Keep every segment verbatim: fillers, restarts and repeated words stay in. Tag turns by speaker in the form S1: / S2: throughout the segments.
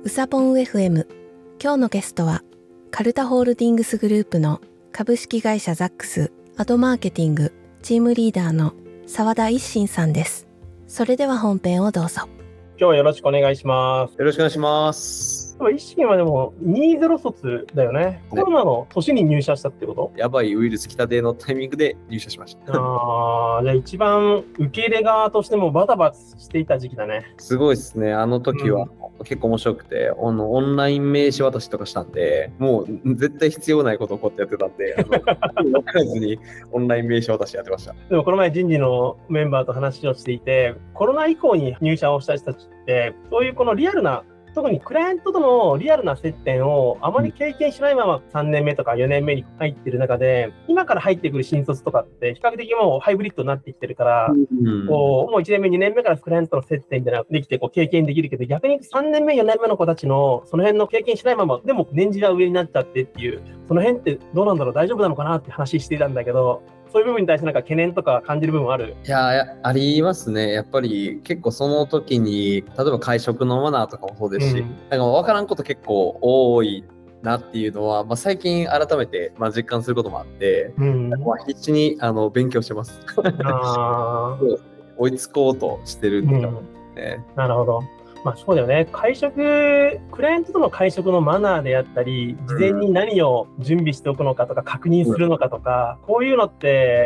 S1: うさぽん エフエム。 今日のゲストはカルタホールディングスグループの株式会社ザックスアドマーケティングチームリーダーの澤田一心さんです。それでは本編をどうぞ。
S2: 今日はよろしくお願いします。
S3: よろしくお願いします。
S2: 一心はでもにじゅう卒だよね。コロナの年に入社したってこと？
S3: やばいウイルス来たてのタイミングで入社しました。
S2: ああ、じゃあ一番受け入れ側としてもバタバタしていた時期だね。
S3: すごいですね。あの時は結構面白くて、うん、あのオンライン名刺渡しとかしたんで、もう絶対必要ないことをこうやってやってたんで、あの分からずにオンライン名刺渡しやってました。
S2: でもこの前人事のメンバーと話をしていて、コロナ以降に入社をした人たちって、そういうこのリアルな特にクライアントとのリアルな接点をあまり経験しないままさんねんめとかよねんめに入ってる中で、今から入ってくる新卒とかって比較的もうハイブリッドになってきてるから、うん、こうもういちねんめにねんめからクライアントとの接点みたいなのができてこう経験できるけど、逆にさんねんめよねんめの子たちのその辺の経験しないままでも年次が上になっちゃってっていう、その辺ってどうなんだろう、大丈夫なのかなって話していたんだけど、そういう部分に対してなんか懸念とか感じる部分はある？
S3: いや、ありますね。やっぱり結構その時に、例えば会食のマナーとかもそうですし、うん、なんか分からんこと結構多いなっていうのは、まあ、最近改めてまあ実感することもあって、うん、まあ必死にあの勉強してます。あ追いつこうとしてるっていうか、ね、
S2: うん、なるほど。まあそうだよね。会食、クライアントとの会食のマナーであったり、事前に何を準備しておくのかとか確認するのかとか、こういうのって、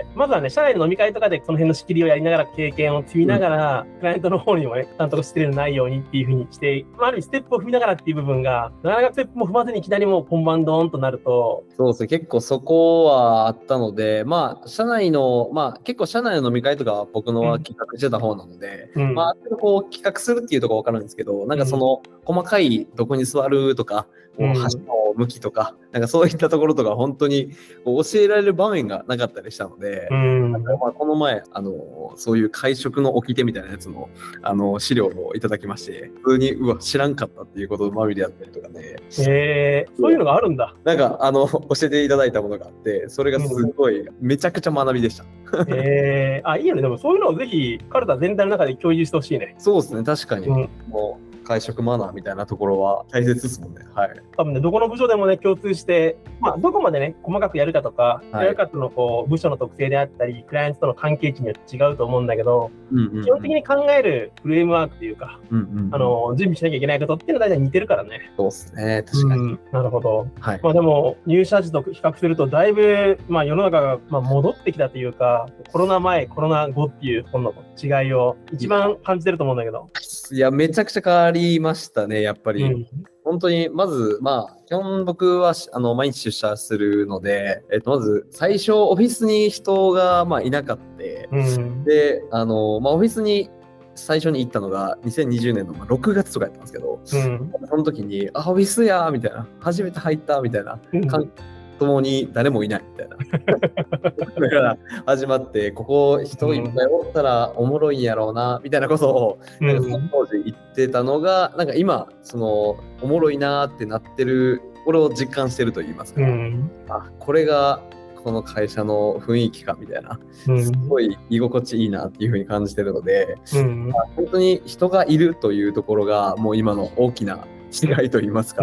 S2: まずはね、社内の飲み会とかでその辺の仕切りをやりながら経験を積みながら、クライアントの方にもね、ちゃんと失礼のないようにっていうふうにして、ある意味ステップを踏みながらっていう部分が、なかなかステップも踏まずにいきなりもう本番ドーンとなると。
S3: そうですね。結構そこはあったので、まあ、社内の、まあ結構社内の飲み会とかは僕のは企画してた方なので、うん、まあ、こう企画するっていうところわかるんですけど、なんかその細かいどこに座るとか、うん、箸の向きとか、なんかそういったところとか本当にこう教えられる場面がなかったりしたので、うん、なんかまあこの前あのそういう会食の掟みたいなやつのあの資料をいただきまして、普通にうわ知らんかったっていうことまみれだったりとかね。
S2: へー、そういうのがあるんだ。
S3: なんかあの教えていただいたものがあって、それがすごい、うん、めちゃくちゃ学びでした。
S2: へー、あ、いいよね。でもそういうのをぜひカルタ全体の中で共有してほしいね。
S3: そうですね、確かに。うん、もう会食マナーみたいなところは大切ですもんね。はい。
S2: 多分ね、どこの部署でもね、共通して、まあ、どこまでね、細かくやるかとか、はい、やるかとのこう部署の特性であったり、クライアントとの関係値によって違うと思うんだけど、うんうんうん、基本的に考えるフレームワークというか、うんうんうん、あの準備しなきゃいけないことっていうのは大体似てるからね。
S3: そうですね、確かに。うん、
S2: なるほど。はい、まあでも、入社時と比較すると、だいぶ、まあ、世の中がまあ戻ってきたというか、コロナ前、コロナ後っていうこの違いを一番感じてると思うんだけど。
S3: いや、めちゃくちゃ変わりましたね。やっぱり、うん、本当にまず、まあ、基本僕はあの毎日出社するので、えっと、まず最初オフィスに人がまあいなかった、うん、で、あの、まあ、オフィスに最初に行ったのがにせんにじゅうねんのろくがつとかやったんですけど、うん、その時に、あ、オフィスやーみたいな、初めて入ったみたいな、うん、共に誰もいないみたいな。だから始まって、ここ人いっぱいおったらおもろいんやろうな、みたいなことを、なんかその当時言ってたのが、なんか今、その、おもろいなってなってる、これを実感してると言いますか、うん、あ、これがこの会社の雰囲気かみたいな、すごい居心地いいなっていう風に感じてるので、うんまあ、本当に人がいるというところが、もう今の大きな違いと言いますか、うん、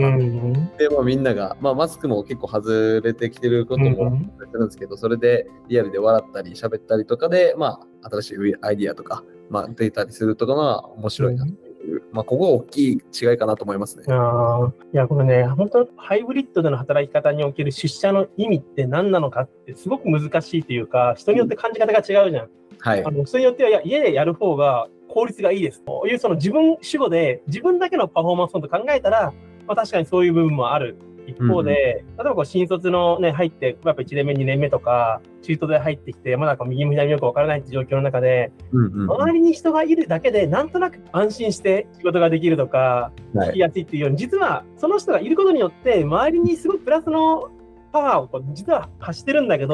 S3: で、まあ、みんなが、まあ、マスクも結構外れてきてることもあるんですけど、それでリアルで笑ったり喋ったりとかで、まあ、新しいアイディアとか、まあ、出たりするとかが面白いなという、うん、まあ、ここが大きい違いかなと思いますね。
S2: あいや、これね、本当ハイブリッドでの働き方における出社の意味って何なのかってすごく難しいというか、人によって感じ方が違うじゃん。はい、あの人によっては、いや、家でやる方が効率がいいですという、その自分主語で自分だけのパフォーマンスを考えたら、まあ、確かにそういう部分もある。一方で、うん、例えばこう新卒のね、入って、やっぱいちねんめ、にねんめとか、中途で入ってきて、まだこう右も左もよくわからないっていう状況の中で、うんうん、周りに人がいるだけで、なんとなく安心して仕事ができるとか、聞きやすいっていうように、実はその人がいることによって、周りにすごくプラスのパワーをこう実は発してるんだけど、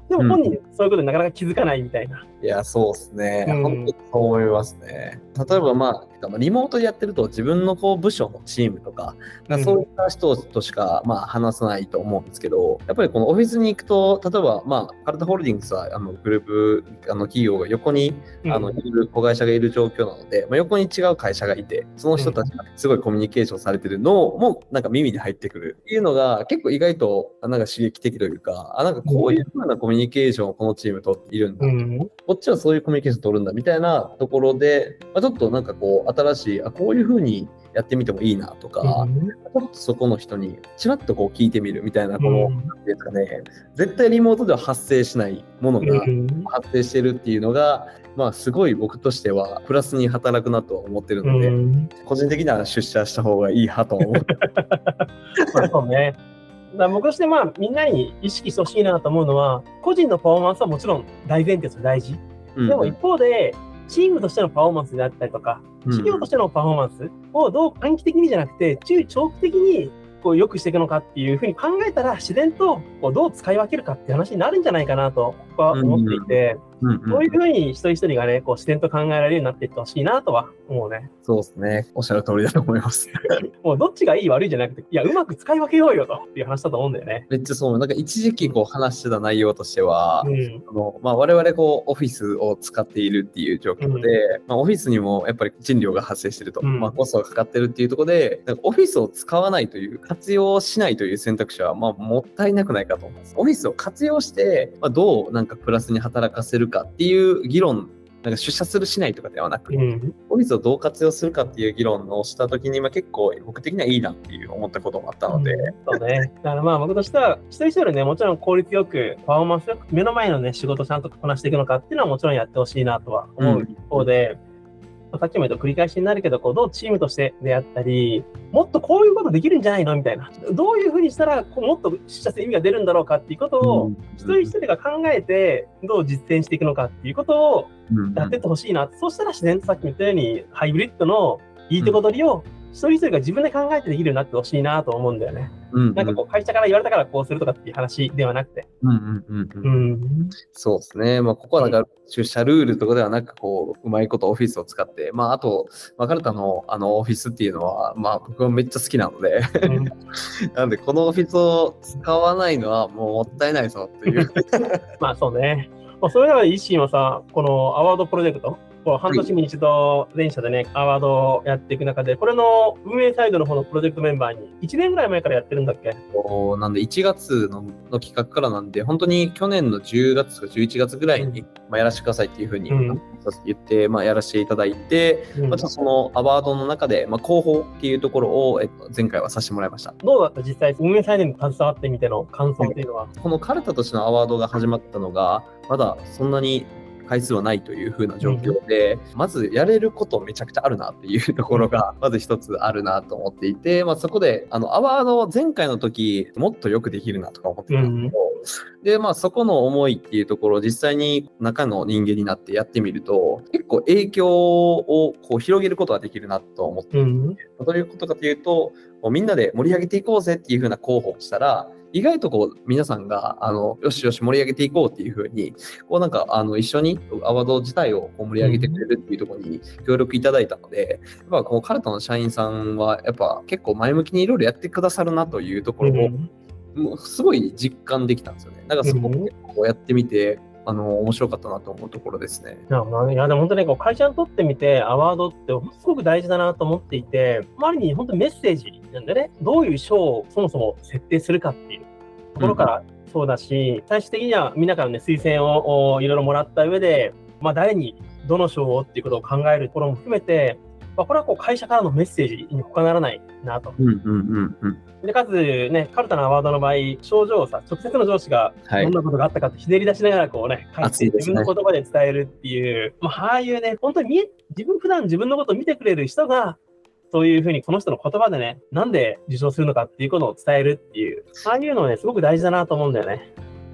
S2: でも本人そういうことになかなか気づかないみたいな。
S3: いや、そうですね。
S2: うん、
S3: 本当にそう思いますね。例えば、まあ、リモートでやってると自分のこう部署のチームとか、
S2: うん、
S3: そういった人としか、まあ、話さないと思うんですけど、やっぱりこのオフィスに行くと、例えば、まあ、カルタホールディングスはあのグループ、あの企業が横にあのいる子会社がいる状況なので、まあ、横に違う会社がいて、その人たちがすごいコミュニケーションされてるのも、なんか耳に入ってくるっていうのが、結構意外となんか刺激的というか、あ、なんかこういう風なコミュニケーションをこのチームとっているんだ、うん、こっちはそういうコミュニケーション取るんだみたいなところで、まあ、ちょっとなんかこう新しい、あ、こういう風にやってみてもいいなとか、うん、ちょっとそこの人にちらっとこう聞いてみるみたいな、この、うん、なんていうんですかね、絶対リモートでは発生しないものが発生してるっていうのが、まあすごい僕としてはプラスに働くなと思ってるので、うん、個人的には出社した方がいい派と思う。
S2: まあそうね。だから僕としてまあみんなに意識してほしいなと思うのは、個人のパフォーマンスはもちろん大前提として大事。うんうん、でも一方で、チームとしてのパフォーマンスであったりとか、企業としてのパフォーマンスをどう短期的にじゃなくて、中長期的にこう良くしていくのかっていうふうに考えたら、自然とこうどう使い分けるかっていう話になるんじゃないかなと僕は思っていて、そういうふうに一人一人がね、こう自然と考えられるようになっていってほしいなとは思うね。
S3: そうですね。おっしゃる通りだと思います。
S2: もうどっちがいい悪いじゃなくて、いや、うまく使い分けようよとっていう話だと思うんだよね。
S3: めっちゃそう。なんか一時期こう話してた内容としては、うん、あのまあ、我々こうオフィスを使っているっていう状況で、うん、まあ、オフィスにもやっぱり賃料が発生してると、うん、まあ、コストがかかってるっていうところで、なんかオフィスを使わないという、活用しないという選択肢はまあもったいなくないかと思います。オフィスを活用して、まあ、どうなんかプラスに働かせるかっていう議論、なんか出社するしないとかではなく、うん、オフィスをどう活用するかっていう議論をしたときに、まあ、結構僕的にはいいなっていう思ったこともあったので、うん、
S2: そうね。だからまあ僕としては一人一人ね、もちろん効率よくパフォーマンスよく目の前のね仕事をちゃんとこなしていくのかっていうのはもちろんやってほしいなとは思う一方で、うん、さっきも言った繰り返しになるけど、こうどうチームとしてであったり、もっとこういうことできるんじゃないのみたいな、どういうふうにしたらこうもっと出社する意味が出るんだろうかっていうことを、一人一人が考えてどう実践していくのかっていうことをやってってほしいな。そうしたら自然とさっきも言ったようにハイブリッドのいいとこ取りを一人一人が自分で考えてできるようになってほしいなと思うんだよね。うんうん、なんかこう会社から言われたからこうするとかっていう話ではなくて。
S3: うんうんうんうんうん、そうですね。まあ、ここはなんか出社ルールとかではなく、こう、うまいことオフィスを使って、まあ、あと、まあ、カルタのあのオフィスっていうのは、まあ、僕はめっちゃ好きなので、うん、なので、このオフィスを使わないのはもうもったいないぞっていう。
S2: まあ、そうね。まあ、それなら一心はさ、このアワードプロジェクト、こう半年に一度全社でね、アワードをやっていく中で、これの運営サイドの方のプロジェクトメンバーにいちねんぐらい前からやってるんだっけ？
S3: なんでいちがつ の, の企画からなんで、本当に去年のじゅうがつかじゅういちがつぐらいに、うんまあ、やらせてくださいっていうふうに言って、うんまあ、やらせていただいて、うんまあ、そのアワードの中で、まあ、広報っていうところを、えっと、前回はさせてもらいました。
S2: どうだった実際、運営サイドに携わってみての感想っていうのは？
S3: このカルタとしてのアワードが始まったのが、まだそんなに回数はないという風な状況で、うん、まずやれることめちゃくちゃあるなっていうところがまず一つあるなと思っていて、まあ、そこであのアワード前回の時もっとよくできるなとか思ってたんですけど、うん、でまあそこの思いっていうところを実際に中の人間になってやってみると結構影響をこう広げることができるなと思っていて、うん、どういうことかというとみんなで盛り上げていこうぜっていう風な候補をしたら意外とこう皆さんがあのよしよし盛り上げていこうっていう風にこうなんかあの一緒にアワード自体をこう盛り上げてくれるっていうところに協力いただいたので、やっぱこのカルタの社員さんはやっぱ結構前向きにいろいろやってくださるなというところを、うん、もうすごい実感できたんですよね。だからそこをやってみて、あの面白かったなと思うところですね。
S2: いや、まあ、いやでも本当にこう会社にとってみてアワードってすごく大事だなと思っていて、周りに本当にメッセージなんでね、どういう賞をそもそも設定するかっていうところからそうだし、うん、最終的にはみんなからね推薦をいろいろもらった上で、まあ、誰にどの賞をっていうことを考えるところも含めて、まあ、これはこう会社からのメッセージに他ならないなと。うんうんうんうん、でかつね、カルタのアワードの場合、症状をさ、直接の上司がどんなことがあったかってひねり出しながらこうね、書いて自分の言葉で伝えるっていう、まあ、ああいうね、本当に見え、自分普段自分のことを見てくれる人が、そういうふうにこの人の言葉でね、なんで受賞するのかっていうことを伝えるっていう、ああいうのね、すごく大事だなと思うんだよね。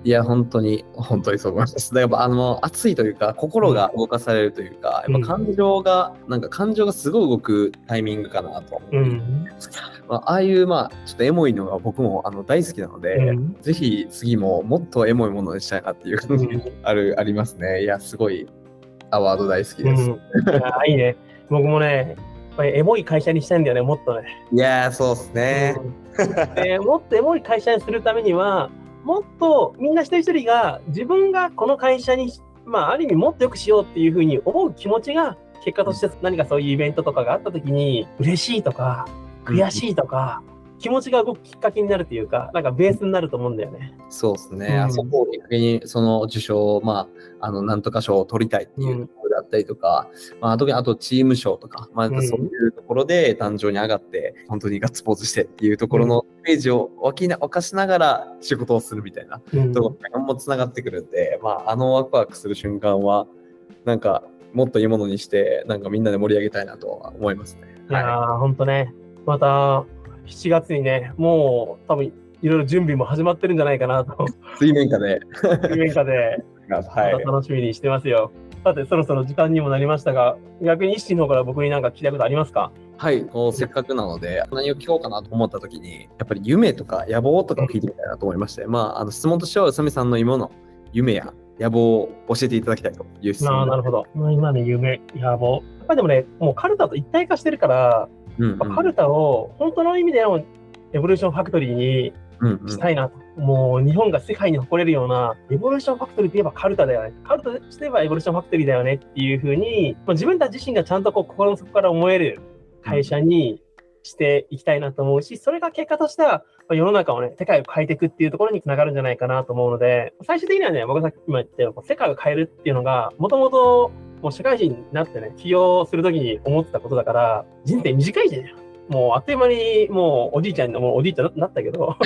S3: いや、本当に、本当にそう思います。だからあの、熱いというか、心が動かされるというか、やっぱ感情が、うん、なんか感情がすごい動くタイミングかなと思って、うん、まあ、ああいう、まあ、ちょっとエモいのが僕もあの大好きなので、うん、ぜひ次ももっとエモいものにしたいなっていう感じ、うん、ある、ありますね。いや、すごい、アワード大好きです。うん、
S2: あ、いいね。僕もね、やっぱりエモい会社にしたいんだよね、もっとね。
S3: いやー、そうですね、
S2: うんで。もっとエモい会社にするためには、もっとみんな一人一人が自分がこの会社に、まあ、ある意味もっと良くしようっていうふうに思う気持ちが、結果として何かそういうイベントとかがあった時に、嬉しいとか、悔しいとか、うん、気持ちが動くきっかけになるというか、なんかベースになると思うんだよね。
S3: そうですね。うん、あそこをきっかけに、その受賞、まあ、あの、なんとか賞を取りたいっていうところであったりとか、うん、まあ、特にあとチーム賞とか、まあ、そういうところで壇上に上がって、本当にガッツポーズしてっていうところのイメージを沸きな、沸かしながら仕事をするみたいなところもつながってくるんで、まあ、あのワクワクする瞬間は、なんか、もっといいものにして、なんかみんなで盛り上げたいなとは思いますね。
S2: いやー、ほんとね。また、しちがつにね、もう多分いろいろ準備も始まってるんじゃないかなと。
S3: 水面下で。
S2: 水面下で、はい、楽しみにしてますよ。さて、そろそろ時間にもなりましたが、逆に一心の方から僕に何か聞きたいことありますか？
S3: はい、こうせっかくなので、何を聞こうかなと思ったときに、やっぱり夢とか野望とかを聞いてみたいなと思いまして、うん、まあ、あの質問としては、宇佐美さんの今の夢や野望を教えていただきたいという質問。
S2: あ、なるほど。今の夢、野望。やっぱりでもね、もうカルタと一体化してるから、うんうん、カルタを本当の意味でのエボリューションファクトリーにしたいなと、うんうん、もう日本が世界に誇れるようなエボリューションファクトリーといえばカルタだよね、カルタとしてはエボリューションファクトリーだよねっていうふうに、まあ、自分たち自身がちゃんとこう心の底から思える会社にしていきたいなと思うし、それが結果としては世の中をね、世界を変えていくっていうところにつながるんじゃないかなと思うので、最終的にはね、僕がさっき今言ったように世界を変えるっていうのがもともともう社会人になってね、起業するときに思ってたことだから、人生短いじゃん。もうあっという間にもうおじいちゃんのもうおじいちゃんになったけど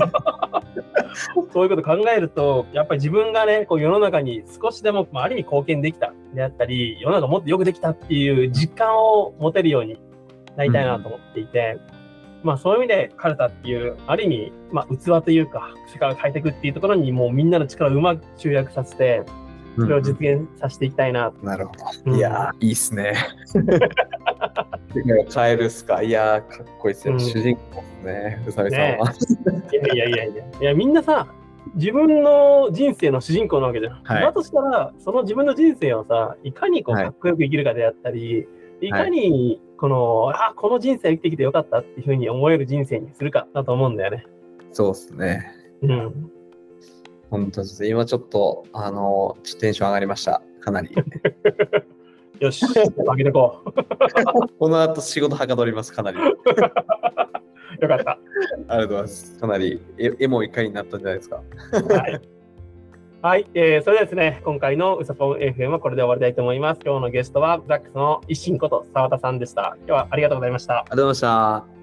S2: そういうこと考えると、やっぱり自分がね、こう世の中に少しでも、まあ、ある意味貢献できたであったり、世の中もっとよくできたっていう実感を持てるようになりたいなと思っていて、うん、まあそういう意味でカルタっていうある意味、まあ、器というか世界を変えていくっていうところにもうみんなの力をうまく集約させて、それを実現させていきたいな。
S3: うん、なるほど。うん、いやー、いいっすね。世界を変えるっすか。いやー、かっこいいっすよ。うん、主人公ですね、宇佐美さんは。
S2: ね、いやいやいやいや。いや、みんなさ、自分の人生の主人公なわけじゃん。はい、だとしたら、その自分の人生をさ、いかにこうかっこよく生きるかであったり、はい、いかにこの、はい、あ、この人生生きてきてよかったっていうふうに思える人生にするかだと思うんだよね。
S3: そうっすね。
S2: うん。
S3: 本当です。今ちょっと、あの、テンション上がりました。かなり。
S2: よし、上げてこう。
S3: この後仕事はかどります、かなり。
S2: よかった。
S3: ありがとうございます。かなりエ、エモい回になったんじゃないですか。
S2: はい。はい、えー、それではですね、今回のうさぽん エフエム はこれで終わりたいと思います。今日のゲストは、ザックスの一心こと澤田さんでした。今日はありがとうございました。
S3: ありがとうございました。